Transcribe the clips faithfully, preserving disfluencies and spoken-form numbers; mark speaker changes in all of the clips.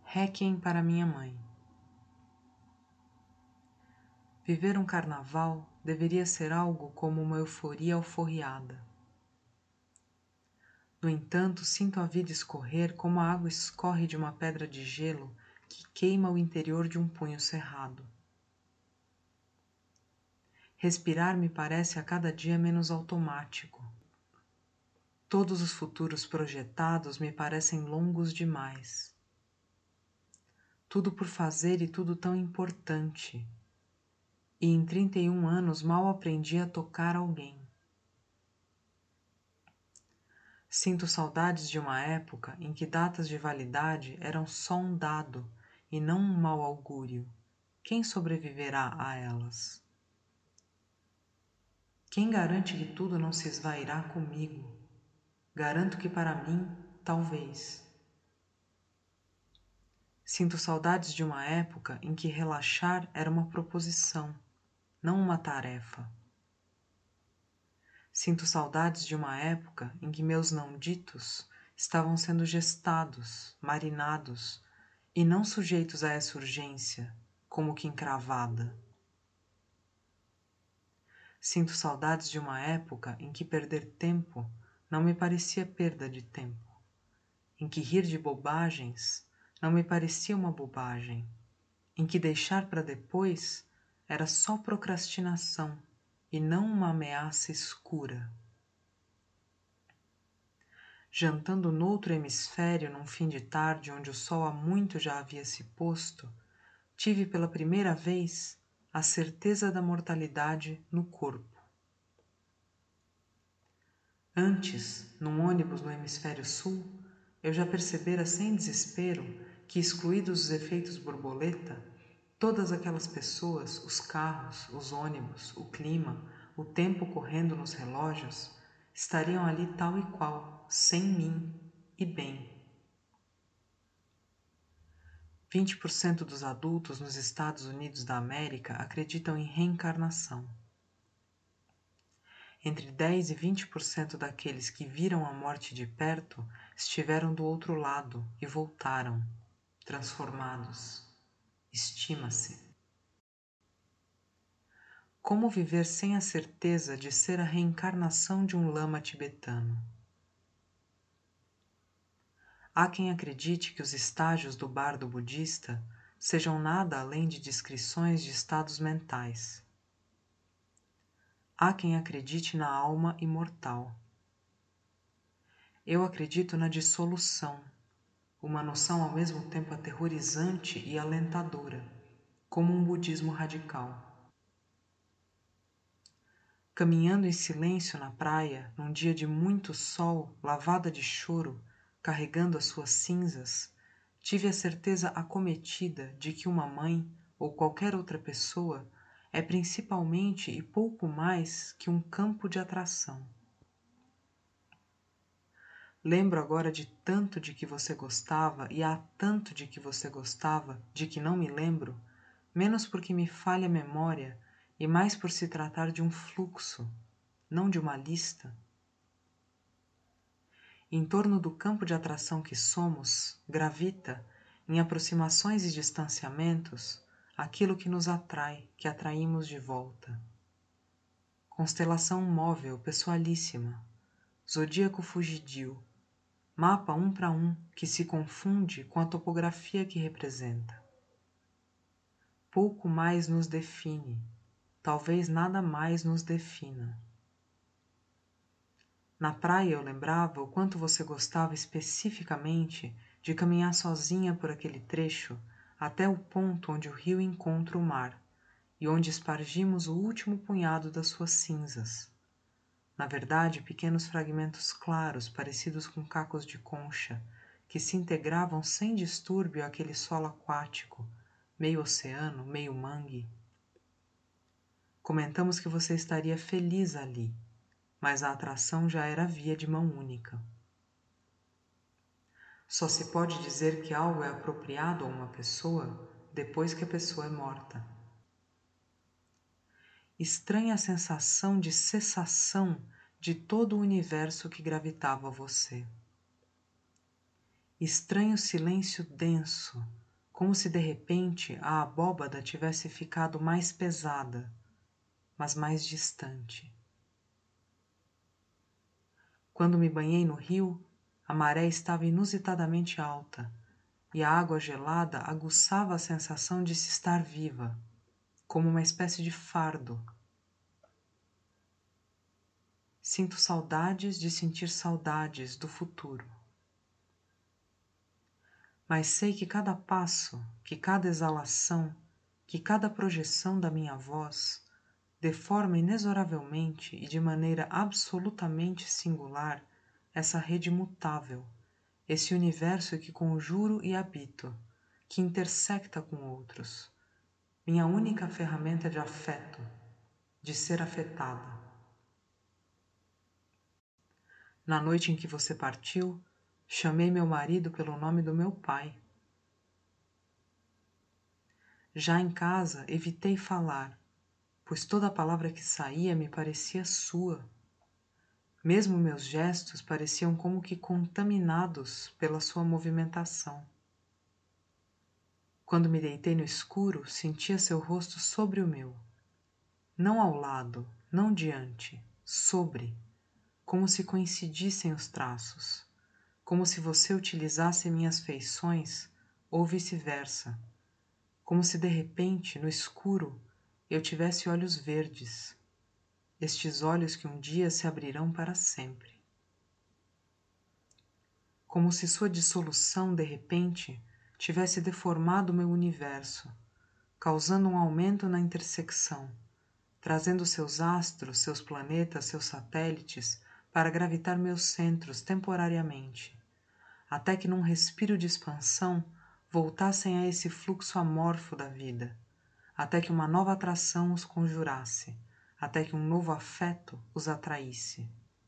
Speaker 1: Requiem para minha mãe. Viver um carnaval deveria ser algo como uma euforia alforriada. No entanto, sinto a vida escorrer como a água escorre de uma pedra de gelo que queima o interior de um punho cerrado. Respirar me parece a cada dia menos automático. Todos os futuros projetados me parecem longos demais. Tudo por fazer e tudo tão importante. E em trinta e um anos mal aprendi a tocar alguém. Sinto saudades de uma época em que datas de validade eram só um dado e não um mau augúrio. Quem sobreviverá a elas? Quem garante que tudo não se esvairá comigo? Garanto que para mim, talvez. Sinto saudades de uma época em que relaxar era uma proposição, não uma tarefa. Sinto saudades de uma época em que meus não ditos estavam sendo gestados, marinados, e não sujeitos a essa urgência, como que encravada. Sinto saudades de uma época em que perder tempo não me parecia perda de tempo, em que rir de bobagens não me parecia uma bobagem, em que deixar para depois era só procrastinação e não uma ameaça escura. Jantando noutro hemisfério num fim de tarde onde o sol há muito já havia se posto, tive pela primeira vez a certeza da mortalidade no corpo. Antes, num ônibus no hemisfério sul, eu já percebera sem desespero que, excluídos os efeitos borboleta, todas aquelas pessoas, os carros, os ônibus, o clima, o tempo correndo nos relógios, estariam ali tal e qual, sem mim e bem. vinte por cento dos adultos nos Estados Unidos da América acreditam em reencarnação. Entre dez e vinte por cento daqueles que viram a morte de perto estiveram do outro lado e voltaram, transformados. Estima-se. Como viver sem a certeza de ser a reencarnação de um lama tibetano? Há quem acredite que os estágios do bardo budista sejam nada além de descrições de estados mentais. Há quem acredite na alma imortal. Eu acredito na dissolução, uma noção ao mesmo tempo aterrorizante e alentadora, como um budismo radical. Caminhando em silêncio na praia, num dia de muito sol, lavada de choro, carregando as suas cinzas, tive a certeza acometida de que uma mãe ou qualquer outra pessoa é principalmente e pouco mais que um campo de atração. Lembro agora de tanto de que você gostava e há tanto de que você gostava, de que não me lembro, menos porque me falha a memória e mais por se tratar de um fluxo, não de uma lista. Em torno do campo de atração que somos, gravita, em aproximações e distanciamentos, aquilo que nos atrai, que atraímos de volta. Constelação móvel pessoalíssima, zodíaco fugidio, mapa um para um que se confunde com a topografia que representa. Pouco mais nos define, talvez nada mais nos defina. Na praia eu lembrava o quanto você gostava especificamente de caminhar sozinha por aquele trecho até o ponto onde o rio encontra o mar e onde espargimos o último punhado das suas cinzas. Na verdade, pequenos fragmentos claros, parecidos com cacos de concha, que se integravam sem distúrbio àquele solo aquático, meio oceano, meio mangue. Comentamos que você estaria feliz ali, mas a atração já era via de mão única. Só se pode dizer que algo é apropriado a uma pessoa depois que a pessoa é morta. Estranha sensação de cessação de todo o universo que gravitava a você. Estranho silêncio denso, como se de repente a abóbada tivesse ficado mais pesada, mas mais distante. Quando me banhei no rio, a maré estava inusitadamente alta e a água gelada aguçava a sensação de se estar viva, como uma espécie de fardo. Sinto saudades de sentir saudades do futuro. Mas sei que cada passo, que cada exalação, que cada projeção da minha voz deforma inexoravelmente e de maneira absolutamente singular essa rede mutável, esse universo que conjuro e habito, que intersecta com outros, minha única ferramenta de afeto, de ser afetada. Na noite em que você partiu, chamei meu marido pelo nome do meu pai. Já em casa, evitei falar, pois toda palavra que saía me parecia sua. Mesmo meus gestos pareciam como que contaminados pela sua movimentação. Quando me deitei no escuro, sentia seu rosto sobre o meu. Não ao lado, não diante, sobre, como se coincidissem os traços, como se você utilizasse minhas feições ou vice-versa, como se de repente, no escuro, eu tivesse olhos verdes, estes olhos que um dia se abrirão para sempre. Como se sua dissolução, de repente, tivesse deformado meu universo, causando um aumento na intersecção, trazendo seus astros, seus planetas, seus satélites para gravitar meus centros temporariamente, até que num respiro de expansão voltassem a esse fluxo amorfo da vida, até que uma nova atração os conjurasse, até que um novo afeto os atraísse.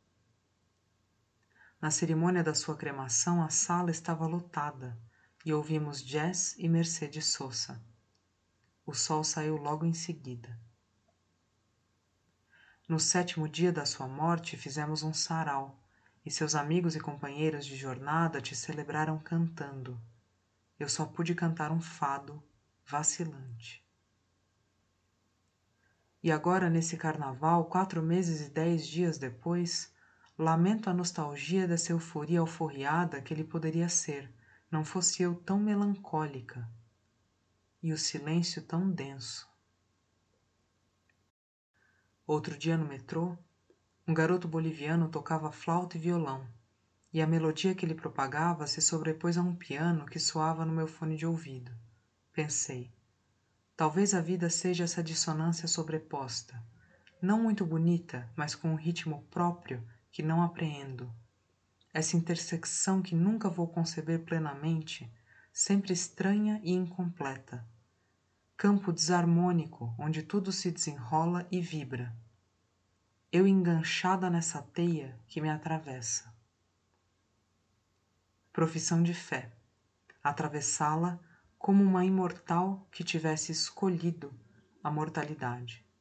Speaker 1: Na cerimônia da sua cremação, a sala estava lotada e ouvimos jazz e Mercedes Sosa. O sol saiu logo em seguida. No sétimo dia da sua morte, fizemos um sarau, e seus amigos e companheiros de jornada te celebraram cantando. Eu só pude cantar um fado vacilante. E agora, nesse carnaval, quatro meses e dez dias depois, lamento a nostalgia dessa euforia alforriada que ele poderia ser, não fosse eu tão melancólica e o silêncio tão denso. Outro dia no metrô, um garoto boliviano tocava flauta e violão, e a melodia que ele propagava se sobrepôs a um piano que soava no meu fone de ouvido. Pensei, talvez a vida seja essa dissonância sobreposta, não muito bonita, mas com um ritmo próprio que não apreendo. Essa intersecção que nunca vou conceber plenamente, sempre estranha e incompleta. Campo desarmônico onde tudo se desenrola e vibra. Eu enganchada nessa teia que me atravessa. Profissão de fé. Atravessá-la como uma imortal que tivesse escolhido a mortalidade.